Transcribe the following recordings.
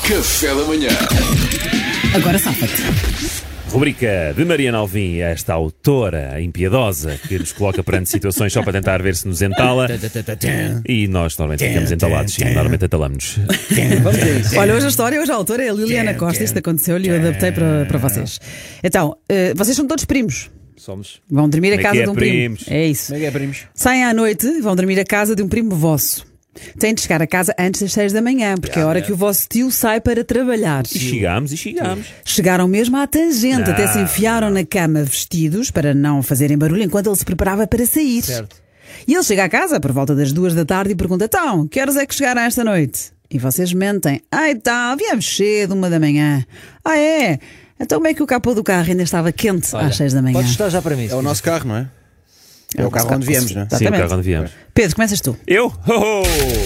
Café da manhã. Agora safa-te. Rubrica de Mariana Alvim, esta autora impiedosa que nos coloca perante situações só para tentar ver se nos entala. E nós normalmente ficamos entalados, sim, normalmente entalamos-nos. Olha, hoje a autora é a Liliana Costa. Isto aconteceu-lhe e eu adaptei para vocês. Então, vocês são todos primos. Somos. Vão dormir a Como é casa que é, de um primos? primo. É isso. Como é que é, primos? Saem à noite e vão dormir a casa de um primo vosso. Têm de chegar a casa antes das 6 da manhã, porque é a hora que o vosso tio sai para trabalhar. E chegámos. Chegaram mesmo à tangente, até se enfiaram na cama vestidos para não fazerem barulho enquanto ele se preparava para sair. Certo. E ele chega a casa por volta das 2 da tarde e pergunta: então, que horas é que chegaram esta noite? E vocês mentem: viemos cedo, 1 da manhã. Ah, é? Então como é que o capô do carro ainda estava quente às 6 da manhã? Podes estar já para mim. É o nosso carro, não é? É o carro onde viemos, não é? Sim, o Exatamente. carro onde viemos. Pedro, começas tu. Eu? Oh,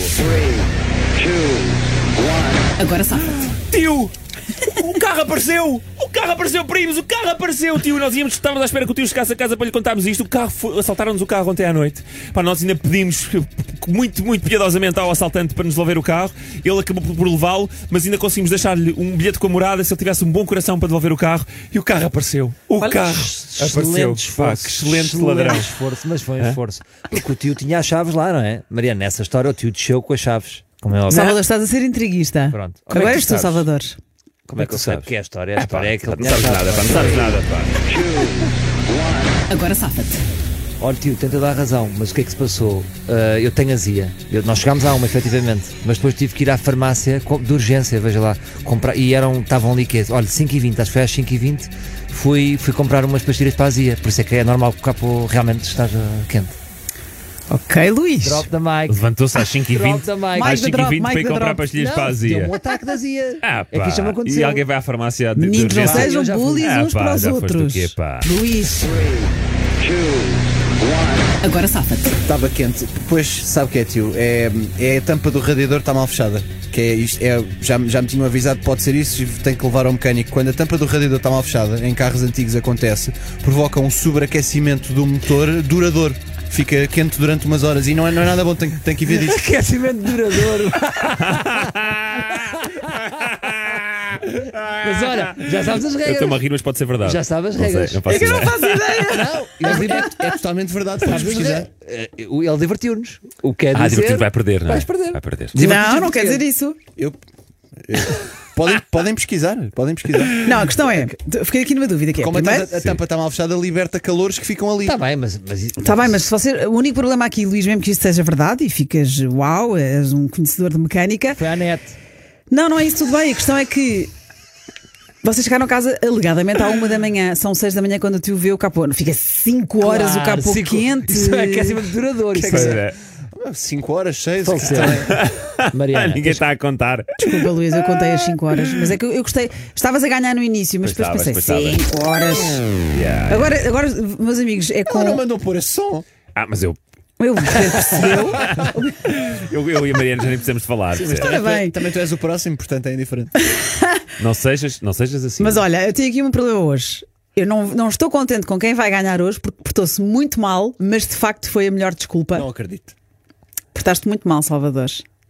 Agora safa-te. tio! O carro apareceu! O carro apareceu, primos! O carro apareceu, tio! Nós estávamos à espera que o tio chegasse a casa para lhe contarmos isto. Assaltaram-nos o carro ontem à noite. Pá, nós ainda pedimos muito piedosamente ao assaltante para nos devolver o carro. Ele acabou por levá-lo, mas ainda conseguimos deixar-lhe um bilhete com a morada se ele tivesse um bom coração para devolver o carro. E o carro apareceu. O carro apareceu. Pá, que excelente ladrão. Esforço, mas foi um esforço. Porque o tio tinha as chaves lá, não é? Mariana, nessa história o tio desceu com as chaves. Como é óbvio. Salvador, estás a ser intriguista. Pronto. Agora és tu, Salvador. Como é que eu sei? Porque é a história. A história é que ele Não tinha as sabes chaves. nada, pá, não sabes nada, pá. Agora safa-te. Olha, tio, tenta dar razão, mas o que é que se passou? Eu tenho azia. Nós chegámos a uma, efetivamente, mas depois tive que ir à farmácia de urgência, veja lá, comprar, e estavam ali, olha, 5h20, acho que foi às 5h20, fui comprar umas pastilhas para a azia, por isso é que é normal que o capô realmente esteja quente. Ok, Luís. Drop the mic. Levantou-se às 5h20. Drop the mic. Às 5h20 Mic foi the comprar drop. pastilhas para a Deu azia. um ataque de azia. Ah, É que isto já me pá. aconteceu. E alguém vai à farmácia de Meninos, não urgência? sejam eu já fui. bullies uns pá, para os já foste outros. o quê, pá? Luís. Agora safa-te. Estava quente. Depois, sabe o que é, tio? É a tampa do radiador está mal fechada. Que é isto, já me tinham avisado que pode ser isso e tenho que levar ao mecânico. Quando a tampa do radiador está mal fechada, em carros antigos acontece, provoca um sobreaquecimento do motor duradouro. Fica quente durante umas horas e não é nada bom, tenho que ir ver isso. Aquecimento duradouro. Mas olha, já sabes as Eu regras. estou-me a rir, mas pode ser verdade. Já sabes as Não sei, regras. não faço Eu não ideia. faço ideia. É totalmente verdade, podes pesquisar. Ele divertiu-nos. O que quer dizer... Divertido vai perder, não é? Vais perder. Vai perder. Não quer dizer isso. Podem pesquisar. Não, a questão é, fiquei aqui numa dúvida que é, Como primeiro, a tampa está mal fechada, liberta calores que ficam ali. Está bem, mas está bem, mas se você, o único problema aqui, Luís, mesmo que isto seja verdade e ficas, uau, és um conhecedor de mecânica. foi à net. Não é isso, tudo bem. A questão é que vocês chegaram a casa alegadamente à 1 da manhã, são 6 da manhã quando o tio vê o capô. Fica 5 horas o capô quente. Isso é aquecimento duradouro. Isso Pois é. é. 5 horas, 6. Pode ser. Mariana, Ninguém está a contar. Desculpa, Luís, eu contei as 5 horas. Mas é que eu gostei. Estavas a ganhar no início, mas Pois depois estavas, pensei, 5 horas. Yeah. Agora, meus amigos, é com. Ela não mandou pôr esse som. Mas eu Percebeu? e a Mariana já nem precisamos de falar. percebes? Ora bem. Também tu és o próximo, portanto é indiferente. Não sejas assim. Mas olha, eu tenho aqui um problema hoje. Eu não estou contente com quem vai ganhar hoje porque portou-se muito mal, mas de facto foi a melhor desculpa. Não acredito. Portaste muito mal, Salvador.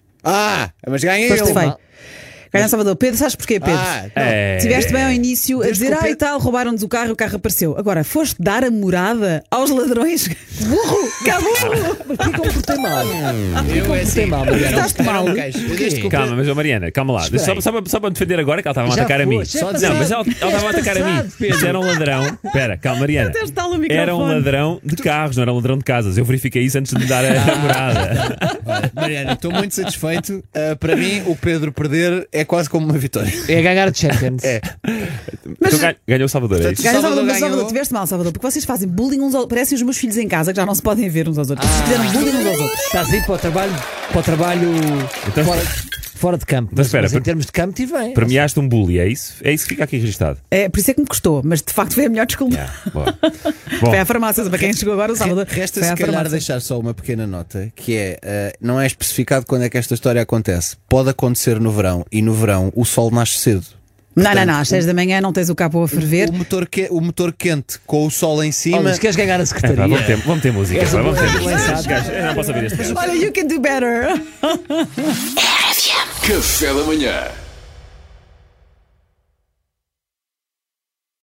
Mas ganhei Foste eu. feio. Ganha Salvador. Pedro, sabes porquê, Pedro? Tiveste bem ao início a Desde dizer, que o Pedro- e tal, roubaram-nos o carro apareceu. Agora, foste dar a morada aos ladrões. Burro! Caburro! Porquê que eu me portei mal? Eu Portei mal, Mariana. Portaste mal. Calma, mas Mariana, calma lá. Espera aí. Só para me defender agora que ela estava a Já atacar a mim. foi, já Não, mas ela estava a atacar a mim. passado, Pedro. Mas era um ladrão. Espera, calma, Mariana. Até está no microfone. Era um ladrão de carros, não era um ladrão de casas. Eu verifiquei isso antes de lhe dar a morada. Mariana, estou muito satisfeito. Para mim, o Pedro perder é quase como uma vitória. É ganhar a Champions. Mas- Então ganhou o Salvador, é isso? Ganha Salvador Salvador, mas ganhou. Salvador, tiveste mal, Salvador, porque vocês fazem bullying uns aos parecem os meus filhos em casa que já não se podem ver uns aos outros. Vocês fizeram bullying uns aos outros. Estás aí para o trabalho Então, fora de campo. Então, espera, mas em termos de campo, tive bem. premiaste um bully, é isso? É isso que fica aqui registado. É, por isso é que me custou, mas de facto foi a melhor desculpa. Boa. Foi à farmácia, para quem chegou agora, o Salvador. Resta foi se à calhar farmácia. deixar só uma pequena nota, que é, não é especificado quando é que esta história acontece. Pode acontecer no verão, e no verão o sol nasce cedo. Não, às 6 da manhã não tens o capô a ferver. O motor quente com o sol em cima. Olha, se queres ganhar a secretaria. Vamos ter música. És pá, um vamos ter bom música. lançado. Estes gajos, eu não posso ouvir este gajo. Olha, you can do better. Café da manhã.